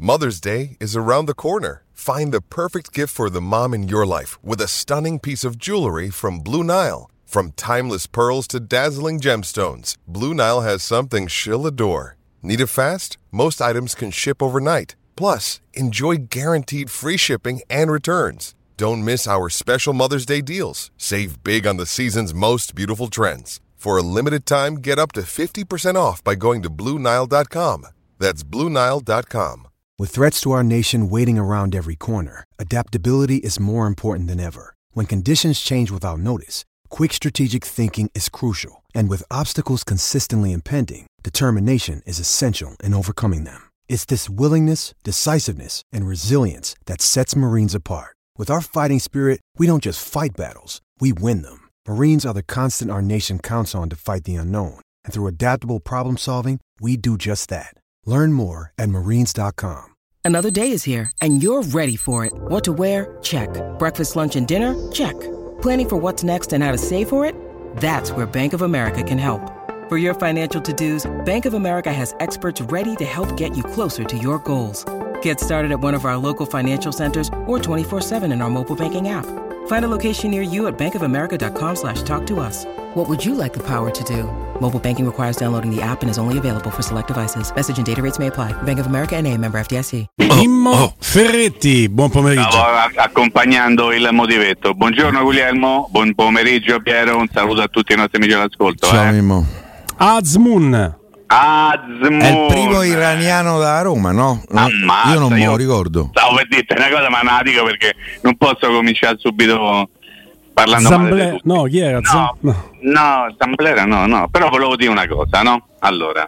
Mother's Day is around the corner. Find the perfect gift for the mom in your life with a stunning piece of jewelry from Blue Nile. From timeless pearls to dazzling gemstones, Blue Nile has something she'll adore. Need it fast? Most items can ship overnight. Plus, enjoy guaranteed free shipping and returns. Don't miss our special Mother's Day deals. Save big on the season's most beautiful trends. For a limited time, get up to 50% off by going to BlueNile.com. That's BlueNile.com. With threats to our nation waiting around every corner, adaptability is more important than ever. When conditions change without notice, quick strategic thinking is crucial. And with obstacles consistently impending, determination is essential in overcoming them. It's this willingness, decisiveness, and resilience that sets Marines apart. With our fighting spirit, we don't just fight battles, we win them. Marines are the constant our nation counts on to fight the unknown. And through adaptable problem solving, we do just that. Learn more at marines.com. Another day is here, and you're ready for it. What to wear? Check. Breakfast, lunch, and dinner? Check. Planning for what's next and how to save for it? That's where Bank of America can help. For your financial to-dos, Bank of America has experts ready to help get you closer to your goals. Get started at one of our local financial centers or 24/7 in our mobile banking app. Find a location near you at bankofamerica.com/talktous. What would you like the power to do? Mobile banking requires downloading the app and is only available for select devices. Message and data rates may apply. Bank of America N.A., member FDIC. Mimmo Ferretti, buon pomeriggio. Stavo accompagnando il motivetto. Buongiorno Guglielmo, buon pomeriggio Piero, un saluto a tutti i nostri amici all'ascolto. Ciao Mimmo. Azmoun. Azmoun. È il primo iraniano da Roma, no? Ammazza, io non me lo ricordo. Stavo per dirti una cosa, ma non la dico perché non posso cominciare subito parlando male. No, chi era? No, Zamblera no, però volevo dire una cosa, no? Allora,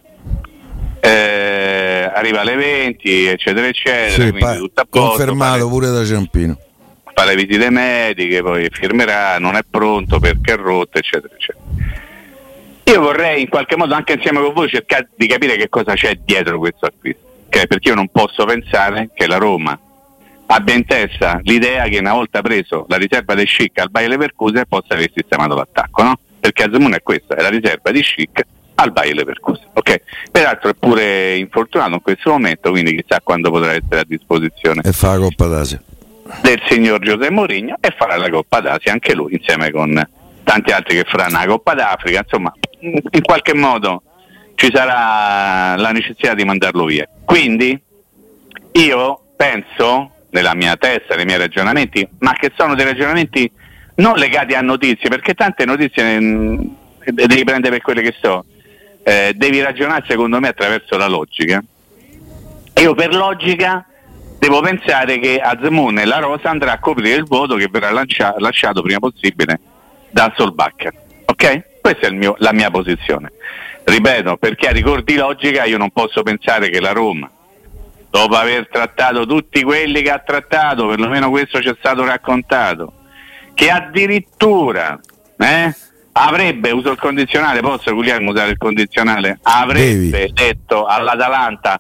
arriva alle 20, eccetera, eccetera, Sì, quindi tutto a posto, confermato pure da Ciampino. fa le visite mediche, poi firmerà, non è pronto perché è rotto, eccetera, eccetera. Io vorrei in qualche modo anche insieme con voi cercare di capire che cosa c'è dietro questo acquisto, okay? Perché io non posso pensare che la Roma abbia in testa l'idea che una volta preso la riserva di Schick al Bayer Leverkusen possa aver sistemato l'attacco, no? Perché Azmoun è questa, è la riserva di Schick al Bayer Leverkusen, ok? Peraltro è pure infortunato in questo momento, quindi chissà quando potrà essere a disposizione E fa la Coppa d'Asia del signor José Mourinho e farà la Coppa d'Asia anche lui, insieme con tanti altri che faranno la Coppa d'Africa. Insomma, in qualche modo ci sarà la necessità di mandarlo via. Quindi io penso, nella mia testa, nei miei ragionamenti, ma che sono dei ragionamenti non legati a notizie, perché tante notizie devi prendere per quelle che so, devi ragionare secondo me attraverso la logica. Io per logica devo pensare che Azmoun e la Rosa andrà a coprire il voto che verrà lasciato prima possibile da Solbakken, ok? Questa è la mia posizione. Ripeto, perché a rigor di logica io non posso pensare che la Roma, dopo aver trattato tutti quelli che ha trattato, perlomeno questo ci è stato raccontato, che addirittura avrebbe, uso il condizionale, posso Guglielmo usare il condizionale? Avrebbe detto all'Atalanta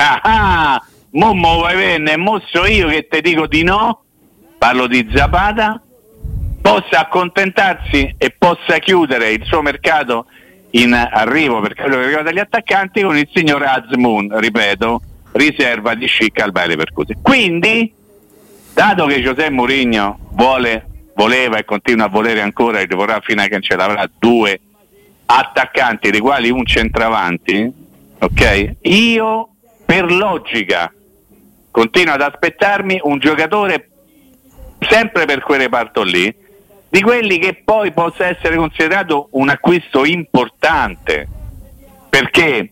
Mommo vuoi venne, mosso io che te dico di no, parlo di Zapata, possa accontentarsi e possa chiudere il suo mercato in arrivo per quello che riguarda gli attaccanti con il signor Azmoun, ripeto, riserva di Schick al Bayer Leverkusen. Quindi, dato che José Mourinho voleva e continua a volere ancora e vorrà fino a che ce l'avrà due attaccanti, dei quali un centravanti, ok? Io per logica continuo ad aspettarmi un giocatore sempre per quel reparto lì, di quelli che poi possa essere considerato un acquisto importante, perché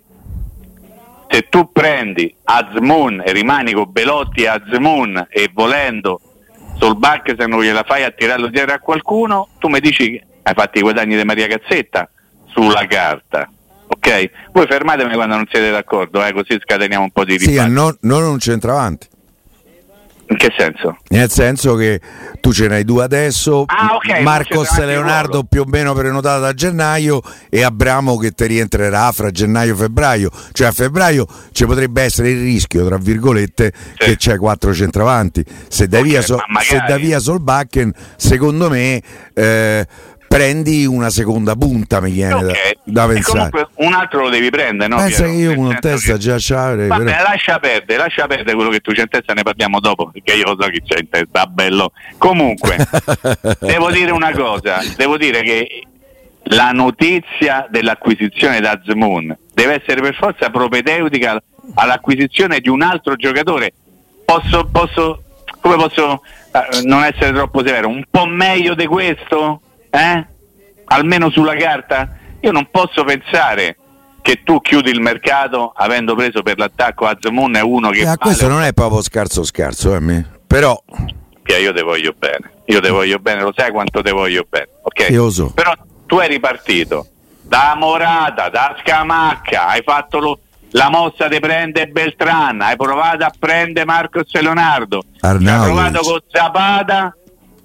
se tu prendi Azmoun e rimani con Belotti e Azmoun e volendo Solbakken, se non gliela fai a tirarlo dietro a qualcuno, tu mi dici che hai fatto i guadagni di Maria Cazzetta sulla carta, ok? Voi fermatemi quando non siete d'accordo, così scateniamo un po' di riparto. Sì, non un centravanti. In che senso? Nel senso che tu ce n'hai due adesso, okay, Marcos Leonardo più o meno prenotato da gennaio e Abramo che ti rientrerà fra gennaio e febbraio, cioè a febbraio ci potrebbe essere il rischio, tra virgolette, che c'è 4 centravanti. Se dai via Solbakken, secondo me prendi una seconda punta, mi viene da pensare. E comunque un altro lo devi prendere, no? Pensa Piero? che io uno in testa già c'avrei. Vabbè, però... lascia perdere quello che tu c'hai in testa, ne parliamo dopo, perché io lo so chi c'è in testa, bello. Comunque, devo dire una cosa, devo dire che la notizia dell'acquisizione da Azmoun deve essere per forza propedeutica all'acquisizione di un altro giocatore. Come posso non essere troppo severo? Un po' meglio di questo? Almeno sulla carta? Io non posso pensare che tu chiudi il mercato avendo preso per l'attacco Azmoun, è uno che questo non è proprio scarso però io te voglio bene, lo sai quanto te voglio bene, ok? Io so. Però tu eri partito da Morata, da Scamacca, hai fatto la mossa di prendere Beltran, hai provato a prendere Marcos e Leonardo, hai provato con Zapata,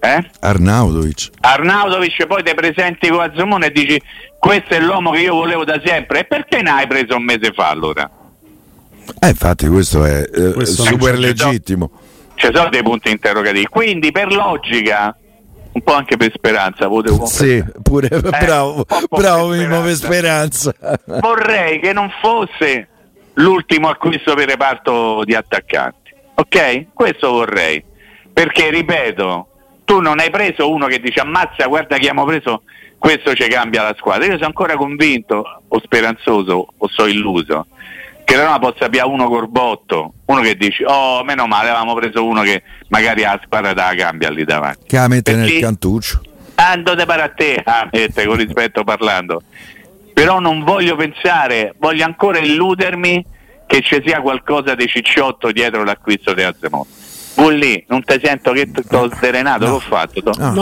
Arnautovic, poi ti presenti con Azmoun e dici questo è l'uomo che io volevo da sempre, e perché ne hai preso un mese fa allora? Infatti questo è super legittimo, ci sono dei punti interrogativi, quindi per logica, un po' anche per speranza, sì, pure bravo Mimmo, per speranza vorrei che non fosse l'ultimo acquisto per reparto di attaccanti, ok? Questo vorrei, perché ripeto, tu non hai preso uno che dice ammazza, guarda chi abbiamo preso, questo ci cambia la squadra. Io sono ancora convinto o speranzoso o so illuso che la Roma possa avere uno corbotto, uno che dice oh meno male avevamo preso uno che magari ha la squadra da cambia lì davanti, che la mette nel cantuccio, andate per a te, con rispetto parlando. Però non voglio pensare, voglio ancora illudermi che ci sia qualcosa di cicciotto dietro l'acquisto di Azmoun. Lì non ti sento che t'ho serenato, l'ho fatto.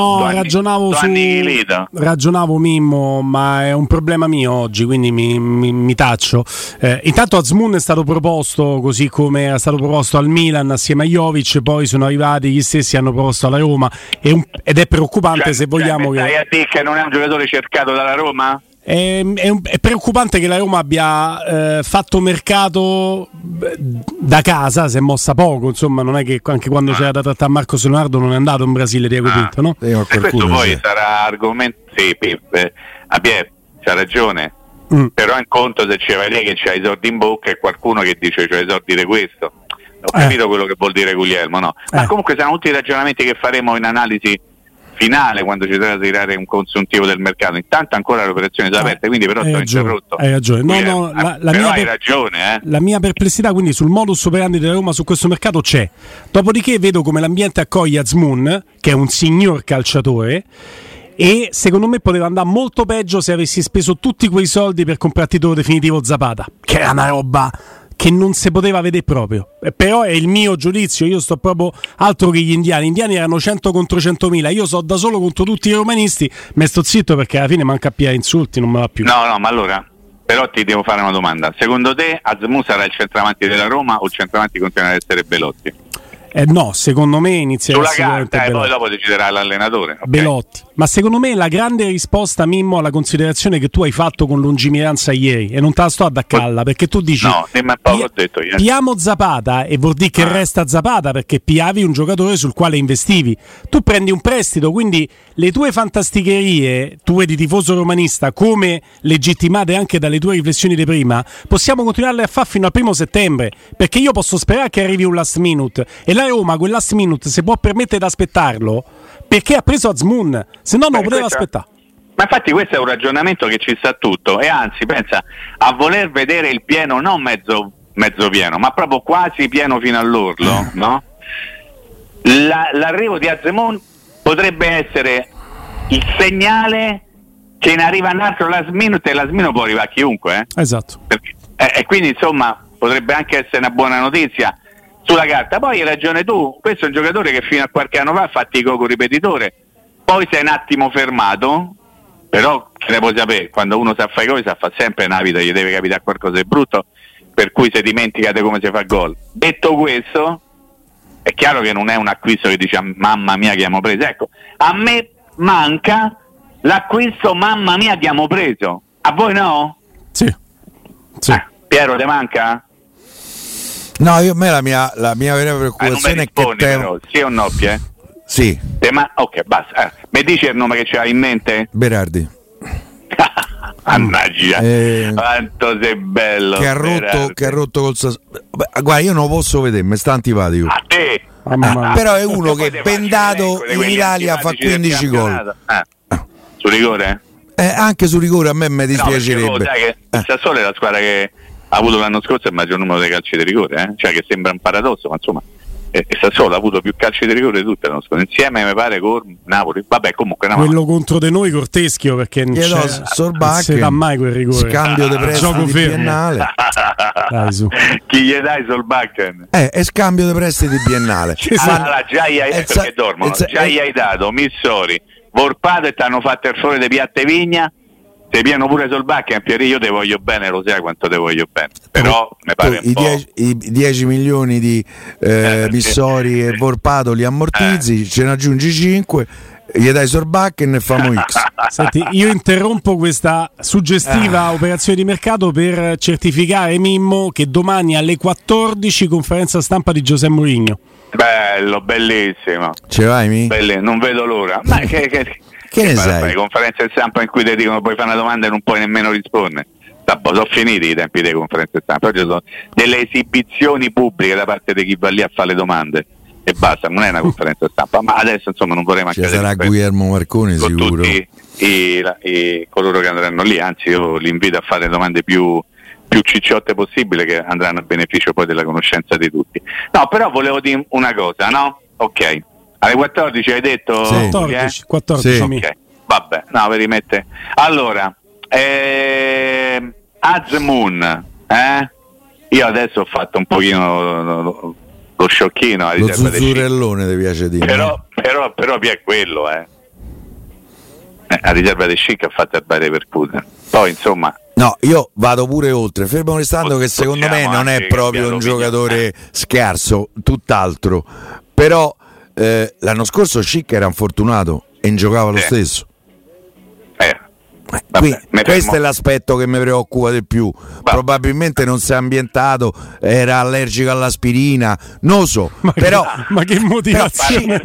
Ragionavo Mimmo, ma è un problema mio oggi, quindi mi taccio. Intanto Azmoun è stato proposto, così come era stato proposto al Milan assieme a Jovic, poi sono arrivati gli stessi, hanno proposto alla Roma, ed è preoccupante, se vogliamo che non è un giocatore cercato dalla Roma? È preoccupante che la Roma abbia fatto mercato da casa, si è mossa poco, insomma, non è che anche quando c'era da trattare Marcos Leonardo non è andato in Brasile Diego Pinto, no? Questo poi sarà argomento, sì, c'ha ragione, però in conto se c'è lì che c'ha i soldi in bocca e qualcuno che dice c'ha i soldi di questo, ho capito quello che vuol dire Guglielmo, no? Ma comunque saranno tutti i ragionamenti che faremo in analisi finale quando ci sarà da tirare un consuntivo del mercato. Intanto ancora le operazioni sono aperte, quindi però sto interrotto. Hai ragione. Hai ragione. La mia perplessità quindi sul modus operandi della Roma su questo mercato c'è. Dopodiché vedo come l'ambiente accoglie Azmoun, che è un signor calciatore, e secondo me poteva andare molto peggio se avessi speso tutti quei soldi per comprare titolo definitivo Zapata, che era una roba che non si poteva vedere proprio. Però è il mio giudizio, io sto proprio altro che gli indiani erano 100 contro 100.000, io so da solo contro tutti i romanisti, me sto zitto perché alla fine manca più insulti, non me va più. No, ma allora però ti devo fare una domanda: secondo te Azmoun sarà il centravanti della Roma o il centravanti continuerà ad essere Belotti? No, secondo me inizierà sulla carta e poi dopo deciderà l'allenatore, okay? Belotti. Ma secondo me la grande risposta, Mimmo, alla considerazione che tu hai fatto con lungimiranza ieri, e non te la sto ad accalla, perché tu dici no, ho detto io. Piamo Zapata e vuol dire che resta Zapata, perché piavi un giocatore sul quale investivi. Tu prendi un prestito, quindi le tue fantasticherie, tue di tifoso romanista, come legittimate anche dalle tue riflessioni di prima, possiamo continuarle a fare fino al 1 settembre, perché io posso sperare che arrivi un last minute, e la Roma quel last minute si può permettere di aspettarlo perché ha preso Azmoun, se no non poteva aspettare. Ma infatti questo è un ragionamento che ci sta tutto, e anzi pensa a voler vedere il pieno, non mezzo pieno, ma proprio quasi pieno fino all'orlo, no? L'arrivo di Azmoun potrebbe essere il segnale che ne arriva un altro last minute, e last minute può arrivare a chiunque, Esatto. E quindi insomma potrebbe anche essere una buona notizia sulla carta. Poi hai ragione tu, questo è un giocatore che fino a qualche anno fa ha fatto il ripetitore, poi si è un attimo fermato, però che ne puoi sapere, quando uno sa fare gol sa fa sempre una vita, gli deve capitare qualcosa di brutto, per cui si dimentica di come si fa gol. Detto questo, è chiaro che non è un acquisto che dice mamma mia che abbiamo preso, ecco, a me manca l'acquisto mamma mia che abbiamo preso, a voi no? Sì. Piero, te manca? No, la mia vera preoccupazione è che però, sì o no, Sì. Ok, basta. Mi dici il nome che c'hai in mente? Berardi. Mannaggia, quanto sei bello. Che ha rotto col guarda, io non lo posso vedere, mi sta antipatico. A te. Però è uno che bendato in Italia fa 15 gol. Su rigore? Anche su rigore a me mi dispiacerebbe. Sai che il Sassuolo è la squadra che ha avuto l'anno scorso il maggior numero di calci di rigore, cioè che sembra un paradosso, ma insomma il Sassuolo ha avuto più calci di rigore di tutte l'anno scorso, insieme mi pare con Napoli. Vabbè, comunque quello contro di noi Corteschio, perché non si dà mai quel rigore. Scambio di prestiti di biennale. Dai, su. Chi gli dai Solbakken? È scambio di prestiti biennale. Già gli hai dato Missori, Volpato, e ti hanno fatto il fuori dei Piatte Vigna. Se piano pure Solbakken, Pieri, io te voglio bene, lo sai quanto te voglio bene, però mi pare un po'. I 10 milioni di Missori e Volpato li ammortizzi, ce ne aggiungi 5, gli dai Solbakken e famo X. Senti, io interrompo questa suggestiva operazione di mercato per certificare Mimmo che domani alle 14 conferenza stampa di José Mourinho. Bello, bellissimo. Ce vai, mi? Non vedo l'ora. Ma che ne sai? Conferenze stampa in cui ti dicono puoi fare una domanda e non puoi nemmeno rispondere. Sono finiti i tempi delle conferenze stampa. Oggi sono delle esibizioni pubbliche da parte di chi va lì a fare le domande e basta, non è una conferenza stampa. Ma adesso insomma non vorrei mancare. Ci sarà Guillermo Marconi con sicuro. Tutti coloro che andranno lì, anzi io li invito a fare domande più cicciotte possibile, che andranno a beneficio poi della conoscenza di tutti. No, però volevo dire una cosa, no? Ok. Alle 14 hai detto? Sì. 14. Sì. Ok, vabbè, no, vi rimette. Allora, Azmoun, io adesso ho fatto un pochino lo sciocchino. Lo zuzzurellone ti piace dire. Però è quello, a riserva di Schick ha fatto il Bayer Leverkusen. Poi insomma. No, io vado pure oltre, fermo restando che secondo me non è proprio un giocatore scarso, tutt'altro. Però l'anno scorso Schick era infortunato e giocava lo stesso. Questo è l'aspetto che mi preoccupa di più. Probabilmente non si è ambientato, era allergico all'aspirina, non lo so. Ma che motivazione?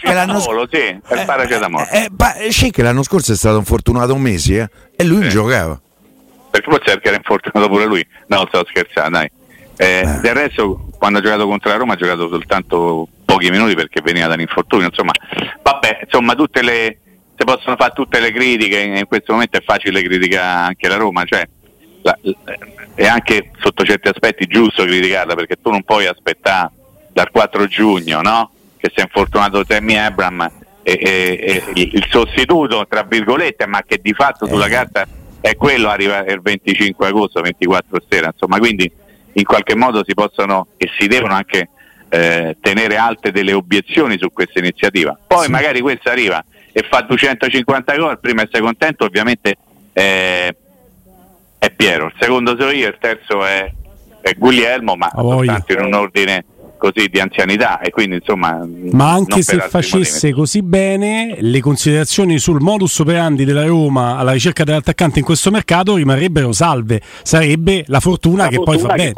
Schick l'anno scorso è stato infortunato un mese e lui non giocava. Perché forse era infortunato pure lui. No, stavo scherzando, dai. Del resto quando ha giocato contro la Roma ha giocato soltanto pochi minuti perché veniva da un infortunio. Insomma, si possono fare tutte le critiche, in questo momento è facile criticare anche la Roma, cioè è anche sotto certi aspetti giusto criticarla, perché tu non puoi aspettare dal 4 giugno, no? Che si è infortunato Tammy Abraham e il sostituto tra virgolette, ma che di fatto sulla carta è quello, arriva il 25 agosto, 24 sera, insomma, quindi in qualche modo si possono e si devono anche tenere alte delle obiezioni su questa iniziativa. Poi magari questa arriva e fa 250 gol, prima e sei contento, ovviamente è Piero, il secondo so io, il terzo è Guglielmo, ma soltanto in un ordine così di anzianità, e quindi insomma. Ma anche se facesse così bene, le considerazioni sul modus operandi della Roma alla ricerca dell'attaccante in questo mercato rimarrebbero salve, sarebbe la fortuna che poi fa bene.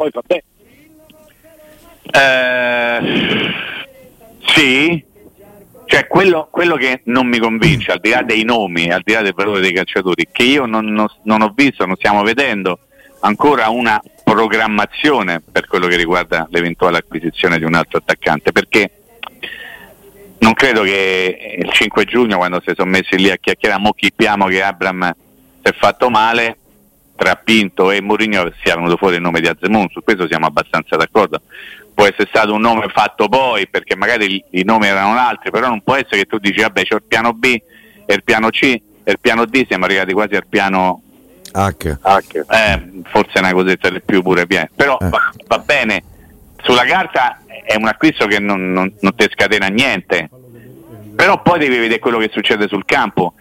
Sì, cioè quello che non mi convince, al di là dei nomi, al di là del valore dei calciatori, che io non ho visto, non stiamo vedendo ancora una programmazione per quello che riguarda l'eventuale acquisizione di un altro attaccante, perché non credo che il 5 giugno, quando si sono messi lì a chiacchierare, mo chippiamo che Abraham si è fatto male, tra Pinto e Mourinho sia venuto fuori il nome di Azmoun, su questo siamo abbastanza d'accordo. Può essere stato un nome fatto poi, perché magari i nomi erano altri, però non può essere che tu dici vabbè c'è il piano B e il piano C e il piano D, siamo arrivati quasi al piano H. Forse una cosetta di più pure pieno, però va bene, sulla carta è un acquisto che non ti scatena niente, però poi devi vedere quello che succede sul campo.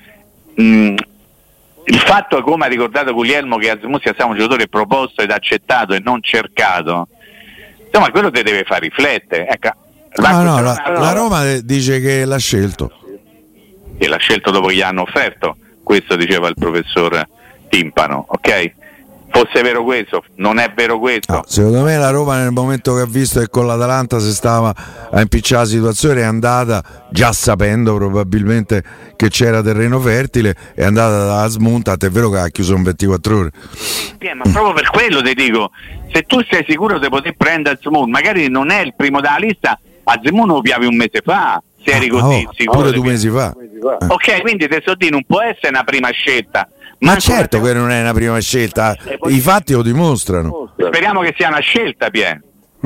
Il fatto, come ha ricordato Guglielmo, che Azmoun sia stato un giocatore proposto ed accettato e non cercato, insomma quello ti deve far riflettere. Ecco, la Roma dice che l'ha scelto, e l'ha scelto dopo che gli hanno offerto, questo diceva il professor Timpano, ok? fosse vero questo, non è vero questo. Secondo me la Roma, nel momento che ha visto che con l'Atalanta si stava a impicciare la situazione, è andata, già sapendo probabilmente che c'era terreno fertile, è andata da Asmun, tant'è vero che ha chiuso in 24 ore. Ma proprio per quello ti dico, se tu sei sicuro di poter prendere Asmun, magari non è il primo della lista, Asmun lo piavi un mese fa, se eri così sicuro. Pure 2 mesi fa. Ok, quindi te so dire, non può essere una prima scelta. Ma certo che non è una prima scelta, i fatti lo dimostrano. Speriamo che sia una scelta, Pier.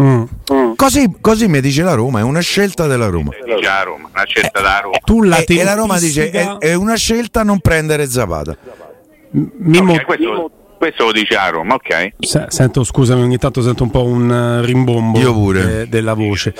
Così mi dice la Roma, è una scelta della Roma. Dice la Roma, una scelta della Roma. E la Roma dice è una scelta non prendere Zapata. Okay, questo lo dice la Roma, ok. Sento, scusami, ogni tanto sento un po' un rimbombo. Io pure. Della voce.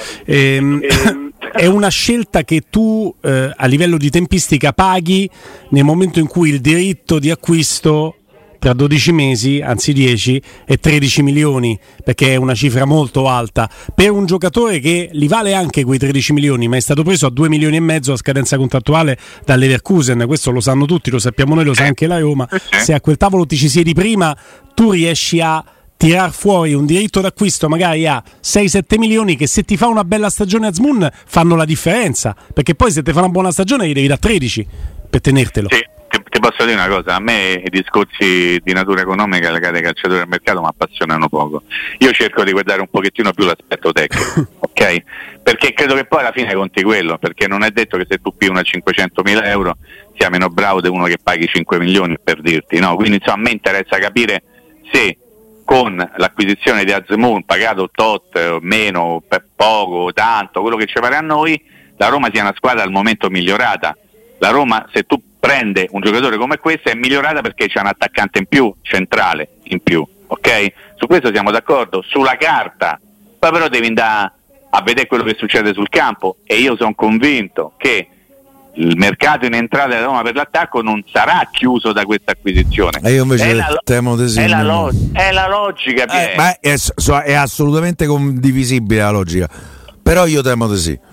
È una scelta che tu a livello di tempistica paghi nel momento in cui il diritto di acquisto tra 12 mesi, anzi 10, è 13 milioni, perché è una cifra molto alta per un giocatore che li vale anche quei 13 milioni, ma è stato preso a 2 milioni e mezzo a scadenza contrattuale dall'Leverkusen. Questo lo sanno tutti, lo sappiamo noi, lo sa anche la Roma. Se a quel tavolo ti ci siedi prima, tu riesci a tirar fuori un diritto d'acquisto magari a 6-7 milioni che, se ti fa una bella stagione Azmoun, fanno la differenza, perché poi se ti fa una buona stagione gli devi da 13 per tenertelo. Sì, ti posso dire una cosa, a me i discorsi di natura economica legati ai calciatori al mercato mi appassionano poco. Io cerco di guardare un pochettino più l'aspetto tecnico, ok? Perché credo che poi alla fine conti quello, perché non è detto che se tu pigli una 500.000 euro sia meno bravo di uno che paghi 5 milioni, per dirti, no? Quindi insomma a me interessa capire se con l'acquisizione di Azmoun, pagato tot, meno, per poco, tanto, quello che ci pare a noi, la Roma sia una squadra al momento migliorata. La Roma, se tu prende un giocatore come questo, è migliorata perché c'è un attaccante in più, centrale in più, ok? Su questo siamo d'accordo, sulla carta. Poi però devi andare a vedere quello che succede sul campo, e io sono convinto che il mercato in entrata della Roma per l'attacco non sarà chiuso da questa acquisizione. E io invece temo di sì. È la logica, ma è assolutamente condivisibile la logica, però io temo di sì.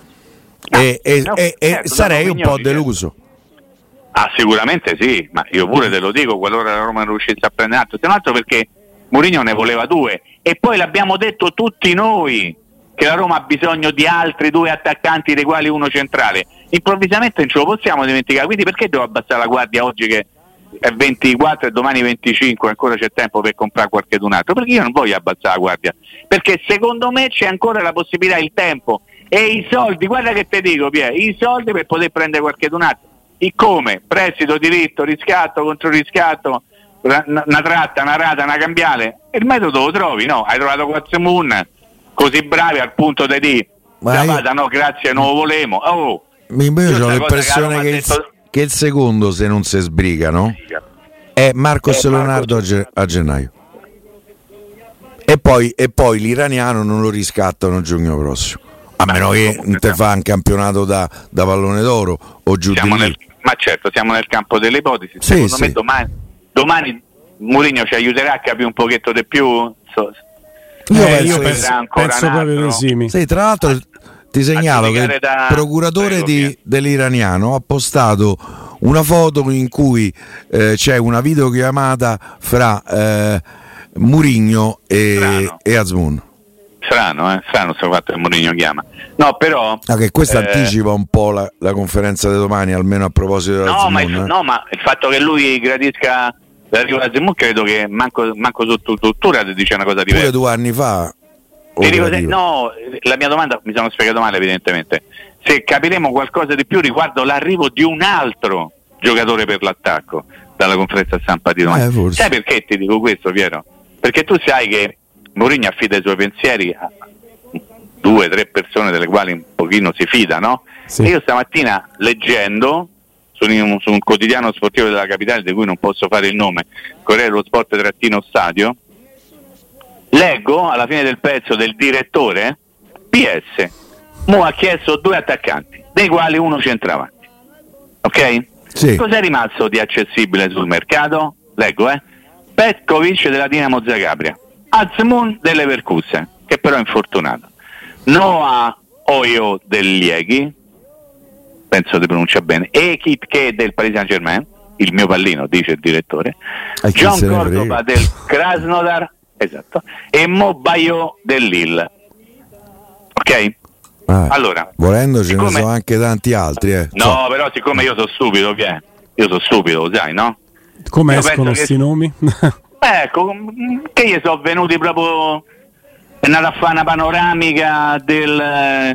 Certo, sarei un po' deluso. Sicuramente sì, ma io pure te lo dico, qualora la Roma non riuscisse a prendere altro, se non altro perché Mourinho ne voleva 2, e poi l'abbiamo detto tutti noi che la Roma ha bisogno di altri 2 attaccanti, dei quali uno centrale. Improvvisamente non ce lo possiamo dimenticare, quindi perché devo abbassare la guardia oggi che è 24 e domani 25, ancora c'è tempo per comprare qualche d'un altro? Perché io non voglio abbassare la guardia, perché secondo me c'è ancora la possibilità, il tempo e i soldi, guarda che te dico, Pier, i soldi per poter prendere qualche d'un altro. E come? Prestito, diritto, riscatto, controriscatto, una tratta, una rata, una cambiale. Il metodo lo trovi, no? Hai trovato Quazzimoun così bravi al punto di dire no, grazie, non lo volemo. Io ho l'impressione che il secondo, se non si sbriga, no? È Marcos Leonardo a gennaio. E poi l'iraniano non lo riscattano a giugno prossimo, a meno che non te fa un campionato da pallone d'oro o giù di lì. Ma certo, siamo nel campo delle ipotesi. Secondo me domani Mourinho ci aiuterà a capire un pochetto di più. Io penso proprio di sì. Sì, tra l'altro ti segnalo che il procuratore dell'iraniano ha postato una foto in cui c'è una videochiamata fra Mourinho e Azmoun. Strano sto fatto che Mourinho chiama. No, però che questo anticipa un po' la conferenza di domani, almeno a proposito della Azmoun. No, ma il fatto che lui gradisca l'arrivo da Azmoun, credo che manco sotto tuttora ti dice una cosa diversa. Pure 2 anni fa. No, la mia domanda, mi sono spiegato male evidentemente. Se capiremo qualcosa di più riguardo l'arrivo di un altro giocatore per l'attacco dalla conferenza stampa di domani. Sai perché ti dico questo, Piero? Perché tu sai che Mourinho affida i suoi pensieri a 2-3 persone delle quali un pochino si fida, no? Sì. E io stamattina, leggendo su un quotidiano sportivo della capitale, di cui non posso fare il nome, Corriere dello Sport-Stadio, leggo alla fine del pezzo del direttore: PS Mo ha chiesto 2 attaccanti, dei quali uno centravanti, ok? Sì. Cos'è rimasto di accessibile sul mercato? Leggo, Petkovic della Dinamo Zagabria, Azmoun delle Leverkusen, che però è infortunato, Noah Oyo del Lieghi, penso di pronuncia bene, e Kitke del Paris Saint-Germain, il mio pallino, dice il direttore, John Cordoba del Krasnodar, esatto, e Mo Bayo del Lille. Ok? Allora, volendo ce ne sono anche tanti altri. No, però siccome io sono stupido, io sono stupido, lo sai, no? Come escono questi nomi? Ecco, che gli sono venuti proprio, è andata a fare una panoramica del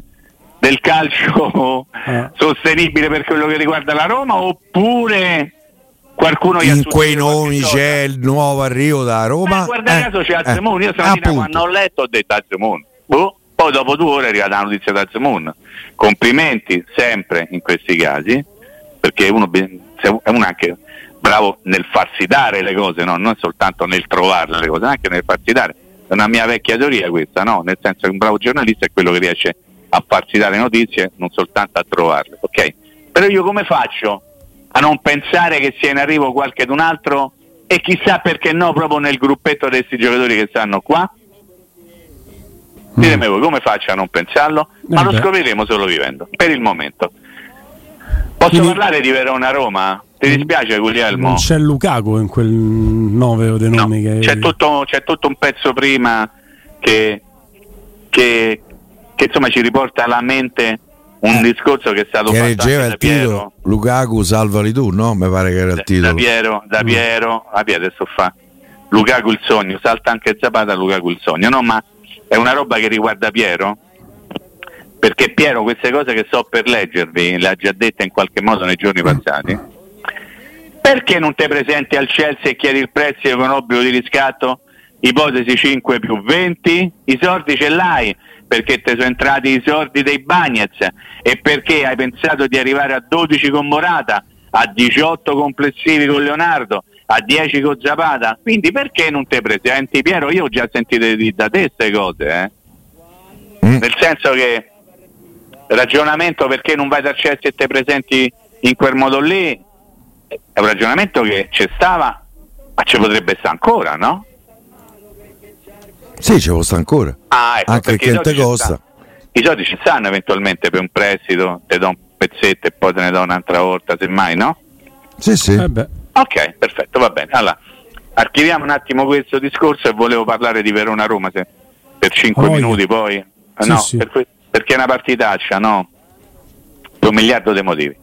calcio sostenibile per quello che riguarda la Roma, oppure qualcuno gli in quei nomi c'è il nuovo arrivo da Roma? Guarda caso c'è Azmoun, io stamattina quando ho letto ho detto Azmoun, poi dopo 2 ore è arrivata la notizia da Azmoun. Complimenti sempre in questi casi, perché uno è anche bravo nel farsi dare le cose, no? Non soltanto nel trovarle le cose, anche nel farsi dare. È una mia vecchia teoria questa, no? Nel senso che un bravo giornalista è quello che riesce a farsi dare notizie, non soltanto a trovarle, ok? Però io come faccio a non pensare che sia in arrivo qualche d'un altro, e chissà perché no proprio nel gruppetto di questi giocatori che stanno qua? Ditemi voi, come faccio a non pensarlo? Ma lo scopriremo solo vivendo, per il momento. Posso parlare di Verona-Roma? Ti dispiace, Guglielmo? Non c'è Lukaku in quel novero dei nomi che... c'è tutto un pezzo prima che insomma ci riporta alla mente un discorso che è stato che fatto reggeva il titolo Lukaku salvali tu, no? Mi pare che era il titolo da Piero adesso fa Lukaku il sogno, salta anche Zapata, Lukaku il sogno, no? Ma è una roba che riguarda Piero, perché Piero queste cose che sto per leggervi le ha già dette in qualche modo nei giorni passati. Perché non te presenti al Chelsea e chiedi il prezzo con obbligo di riscatto, ipotesi 5 più 20? I soldi ce l'hai, perché ti sono entrati i soldi dei Bagnez, e perché hai pensato di arrivare a 12 con Morata, a 18 complessivi con Leonardo, a 10 con Zapata. Quindi perché non te presenti, Piero? Io ho già sentito da te queste cose, nel senso che il ragionamento perché non vai dal Chelsea e te presenti in quel modo lì è un ragionamento che c'è stava, ma ci potrebbe stare ancora, no? Sì, ci può stare ancora. Ecco, anche che te costa. I soldi ci stanno eventualmente per un prestito, te do un pezzetto e poi te ne do un'altra volta, semmai, no? Sì. Ok, perfetto, va bene. Allora, archiviamo un attimo questo discorso e volevo parlare di Verona-Roma per 5 minuti poi. Sì. Perché è una partitaccia, no? Per 1 miliardo di motivi.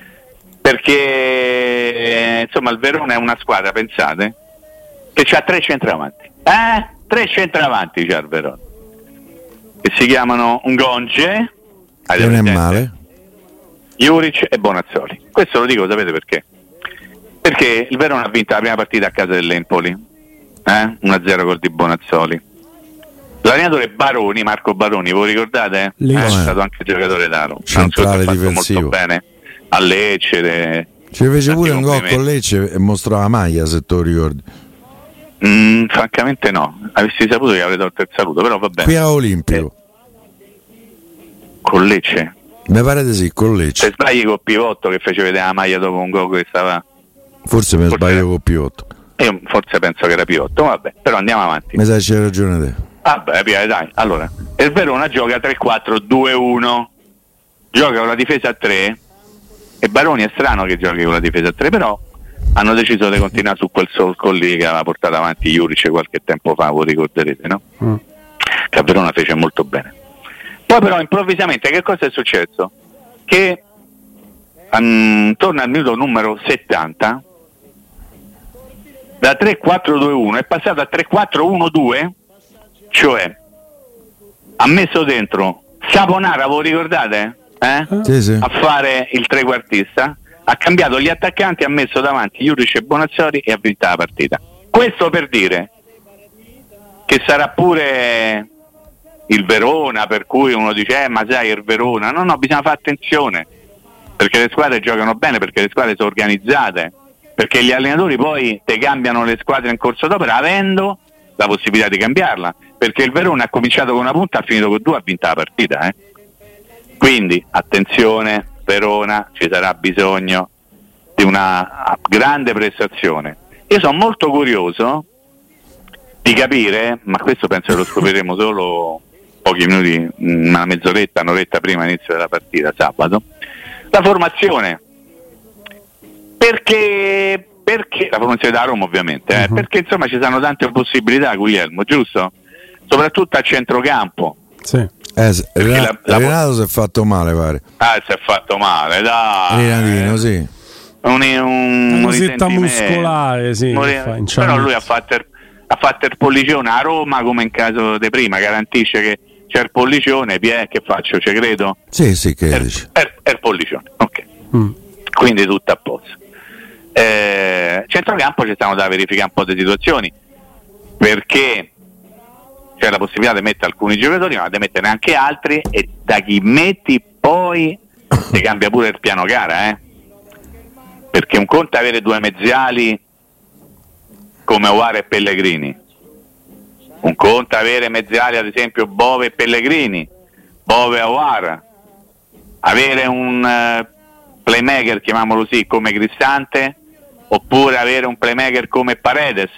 Perché insomma il Verona è una squadra, pensate, che c'ha 3 centravanti. 3 centravanti c'ha il Verona, che si chiamano Ngonge, non è male, Juric e Bonazzoli. Questo lo dico, sapete perché? Perché il Verona ha vinto la prima partita a casa dell'Empoli, 1-0 gol di Bonazzoli. L'allenatore Baroni, Marco Baroni, voi ricordate? È stato anche giocatore da Roma, centrale difensivo, molto bene a Lecce. Ci fece pure un gol con Lecce e mostrava la maglia, se te lo ricordi. Francamente no, avessi saputo che avrei tolto il saluto, però va bene. Qui a Olimpico con Lecce? Mi pare di sì, con Lecce. Se sbagli col Pivotto che fece vedere la maglia dopo un gol che stava... Forse mi sbaglio col Pivotto. Io forse penso che era Pivotto, vabbè, però andiamo avanti. Mi sa che c'hai ragione te. Vabbè, dai, allora, il Verona gioca 3-4-2-1, gioca con la difesa a 3, e Baroni è strano che giochi con la difesa a 3, però hanno deciso di continuare su quel solco lì che aveva portato avanti Juric qualche tempo fa, voi ricorderete, no? Che a Verona fece molto bene. Poi però improvvisamente che cosa è successo? Che torna al minuto numero 70, da 3-4-2-1 è passato a 3-4-1-2, cioè ha messo dentro Saponara, voi ricordate? Sì. A fare il trequartista, ha cambiato gli attaccanti, ha messo davanti Juric e Bonazzoli e ha vinto la partita. Questo per dire che sarà pure il Verona, per cui uno dice ma sai il Verona, no, bisogna fare attenzione, perché le squadre giocano bene, perché le squadre sono organizzate, perché gli allenatori poi te cambiano le squadre in corso d'opera avendo la possibilità di cambiarla, perché il Verona ha cominciato con una punta, ha finito con 2, ha vinto la partita, Quindi attenzione, Verona, ci sarà bisogno di una grande prestazione. Io sono molto curioso di capire, ma questo penso che lo scopriremo solo pochi minuti, una mezz'oretta, un'oretta prima inizio della partita, sabato, la formazione Perché la promozione da Roma ovviamente, perché insomma ci sono tante possibilità, Guglielmo, giusto? Soprattutto a centrocampo. Sì. Renato si è fatto male, pare. Si è fatto male, dai. Renatino, sì. Una cosetta muscolare, sì. Però lui ha fatto il pollicione a Roma, come in caso di prima, garantisce che c'è il pollicione, che faccio, ci credo? Sì, che dici? È il pollicione, ok. Quindi tutto a posto. Centrocampo ci stiamo da verificare un po' di situazioni, perché c'è la possibilità di mettere alcuni giocatori, ma di mettere anche altri, e da chi metti poi si cambia pure il piano gara, perché un conto è avere due mezziali come Aouar e Pellegrini, un conto è avere mezziali ad esempio Bove e Pellegrini, Bove e Aouar, avere un playmaker, chiamiamolo così, come Cristante, oppure avere un playmaker come Paredes,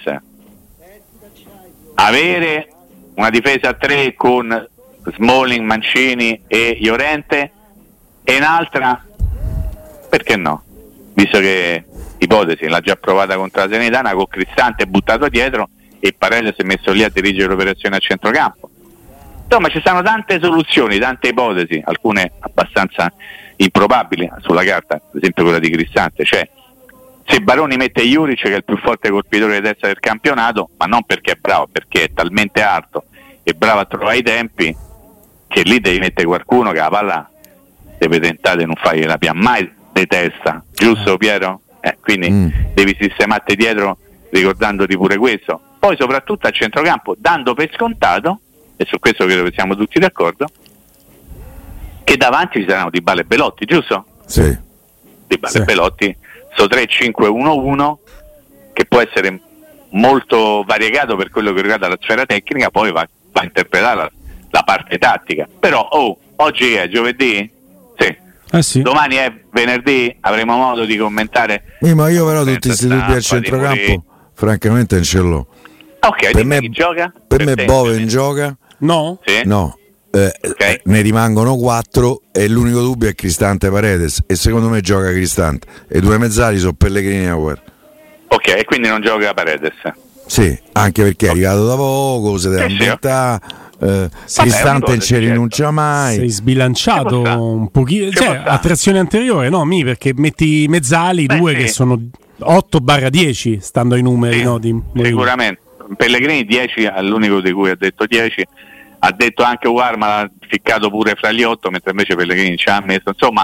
avere una difesa a 3 con Smalling, Mancini e Llorente, e un'altra, perché no, visto che ipotesi l'ha già provata contro la Salernitana, con Cristante buttato dietro e Paredes si è messo lì a dirigere l'operazione a centrocampo. Insomma, ci sono tante soluzioni, tante ipotesi, alcune abbastanza improbabili sulla carta, ad esempio quella di Cristante, cioè se Baroni mette Juric, che è il più forte colpitore di testa del campionato, ma non perché è bravo, perché è talmente alto e bravo a trovare i tempi, che lì devi mettere qualcuno che la palla deve tentare di non fargliela più mai di testa, giusto Piero? Quindi devi sistemarti dietro ricordandoti pure questo. Poi soprattutto a centrocampo, dando per scontato, e su questo credo che siamo tutti d'accordo, che davanti ci saranno Dybala e Belotti, giusto? Sì. Dybala e Belotti, so 3-5-1-1, che può essere molto variegato per quello che riguarda la sfera tecnica, poi va a interpretare la parte tattica. Però oggi è giovedì? Sì. Domani è venerdì, avremo modo di commentare. Ma io però tutti questi dubbi al centrocampo francamente non ce l'ho. Ok, per me chi gioca? Per me Bove in gioca. No? Sì. No. Ne rimangono 4 e l'unico dubbio è Cristante Paredes, e secondo me gioca Cristante, e due mezzali sono Pellegrini e Aouar. Ok, e quindi non gioca Paredes? Sì, anche perché è arrivato da poco, si deve ambientare. Cristante non ci rinuncia mai. Sei sbilanciato un pochino, cioè a trazione anteriore, no? Perché metti mezzali due che sono 8/10 stando ai numeri, no? Sicuramente Pellegrini 10 è l'unico di cui ha detto 10, ha detto anche Aouar, ma l'ha ficcato pure fra gli 8, mentre invece Pellegrini ci ha messo, insomma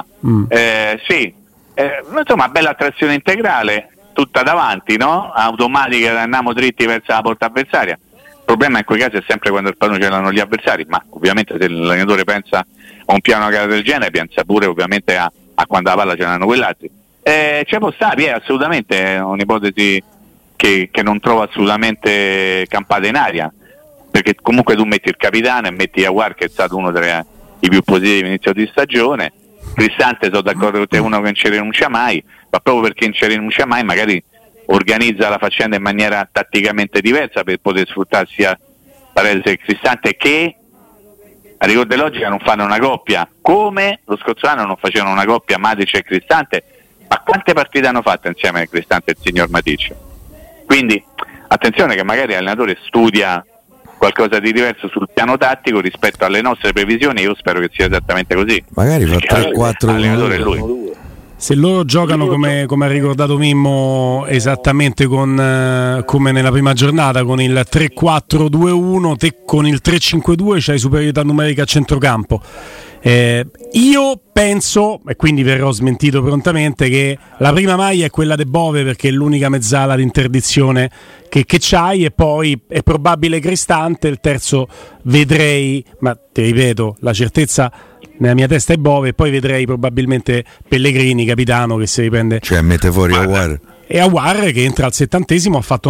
insomma bella attrazione integrale, tutta davanti, no? Automatica, andiamo dritti verso la porta avversaria. Il problema in quei casi è sempre quando il pallone ce l'hanno gli avversari, ma ovviamente se l'allenatore pensa a un piano gara del genere, pensa pure ovviamente a quando la palla ce l'hanno quell'altri. Ci può stare, assolutamente, è un'ipotesi che non trovo assolutamente campata in aria, perché comunque tu metti il capitano e metti Aouar, che è stato uno tra i più positivi inizio di stagione. Cristante, sono d'accordo con te, uno che non ci rinuncia mai, ma proprio perché non ci rinuncia mai magari organizza la faccenda in maniera tatticamente diversa per poter sfruttare sia Paredes e Cristante, che a rigor di logica non fanno una coppia, come lo scorso anno non facevano una coppia Matic e Cristante. Ma quante partite hanno fatto insieme a Cristante il signor Matic? Quindi attenzione che magari l'allenatore studia qualcosa di diverso sul piano tattico rispetto alle nostre previsioni. Io spero che sia esattamente così, magari fa 3-4 l'allenatore è lui. Se loro giocano come ha ricordato Mimmo, esattamente come nella prima giornata, con il 3-4-2-1, te con il 3-5-2 c'hai superiorità numerica a centrocampo. Io penso, e quindi verrò smentito prontamente, che la prima maglia è quella de Bove, perché è l'unica mezzala di interdizione che c'hai, e poi è probabile Cristante, il terzo vedrei, ma ti ripeto, la certezza nella mia testa è Bove, e poi vedrei probabilmente Pellegrini, capitano, che si riprende, cioè mette fuori Aouar. E Aouar che entra al 70°, ha fatto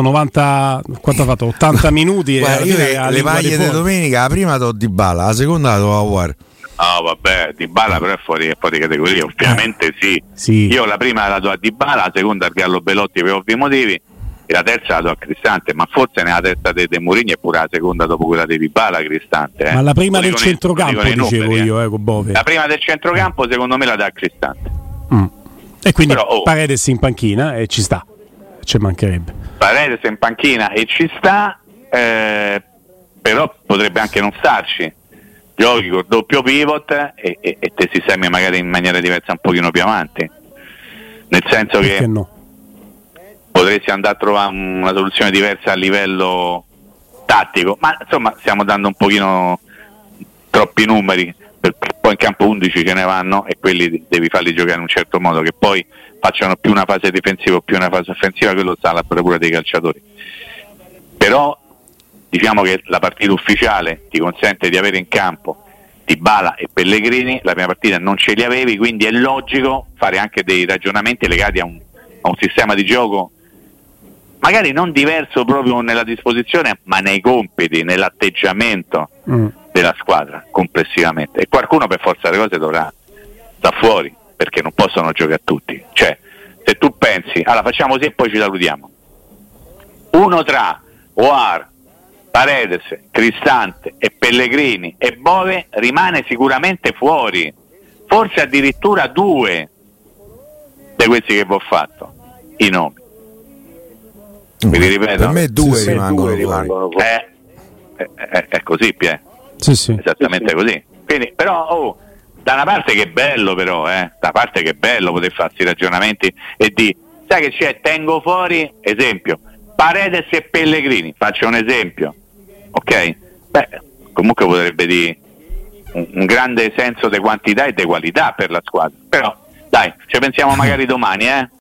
80 minuti. Guarda, io le maglie di domenica, la prima do Dybala, la seconda la do Aouar. Vabbè, Dybala però è fuori categoria, ovviamente sì. Io la prima la do a Dybala, la seconda al Gallo Belotti per ovvi motivi, e la terza la do a Cristante, ma forse nella testa di Mourinho è pure la seconda dopo quella di Dybala, Cristante. Ma la prima del centrocampo dicevo io, con Bove. La prima del centrocampo secondo me la dà a Cristante. E quindi però, Paredes in panchina e ci sta, ci mancherebbe. Paredes in panchina e ci sta, però potrebbe anche non starci. Giochi col doppio pivot e te sistemi magari in maniera diversa un pochino più avanti, nel senso perché che no? Potresti andare a trovare una soluzione diversa a livello tattico, ma insomma stiamo dando un pochino troppi numeri, perché poi in campo 11 ce ne vanno e quelli devi farli giocare in un certo modo, che poi facciano più una fase difensiva o più una fase offensiva, quello sta alla bravura dei calciatori. Però diciamo che la partita ufficiale ti consente di avere in campo Dybala e Pellegrini, la prima partita non ce li avevi, quindi è logico fare anche dei ragionamenti legati a un sistema di gioco magari non diverso proprio nella disposizione, ma nei compiti, nell'atteggiamento della squadra complessivamente. E qualcuno per forza delle cose dovrà sta fuori, perché non possono giocare tutti. Cioè, se tu pensi, allora facciamo così e poi ci salutiamo. Uno tra Oar, Paredes, Cristante e Pellegrini e Bove rimane sicuramente fuori, forse addirittura 2 di questi che vi ho fatto, i nomi. Vi ripeto, per me 2 rimangono fuori. È così, Pier. Sì. Esattamente così. Quindi, però, da una parte che è bello, però, da parte che è bello poter farsi ragionamenti e di, sai che c'è, tengo fuori, esempio, Paredes e Pellegrini, faccio un esempio, ok? Beh, comunque potrebbe dire un grande senso di quantità e di qualità per la squadra, però dai, ci pensiamo magari domani,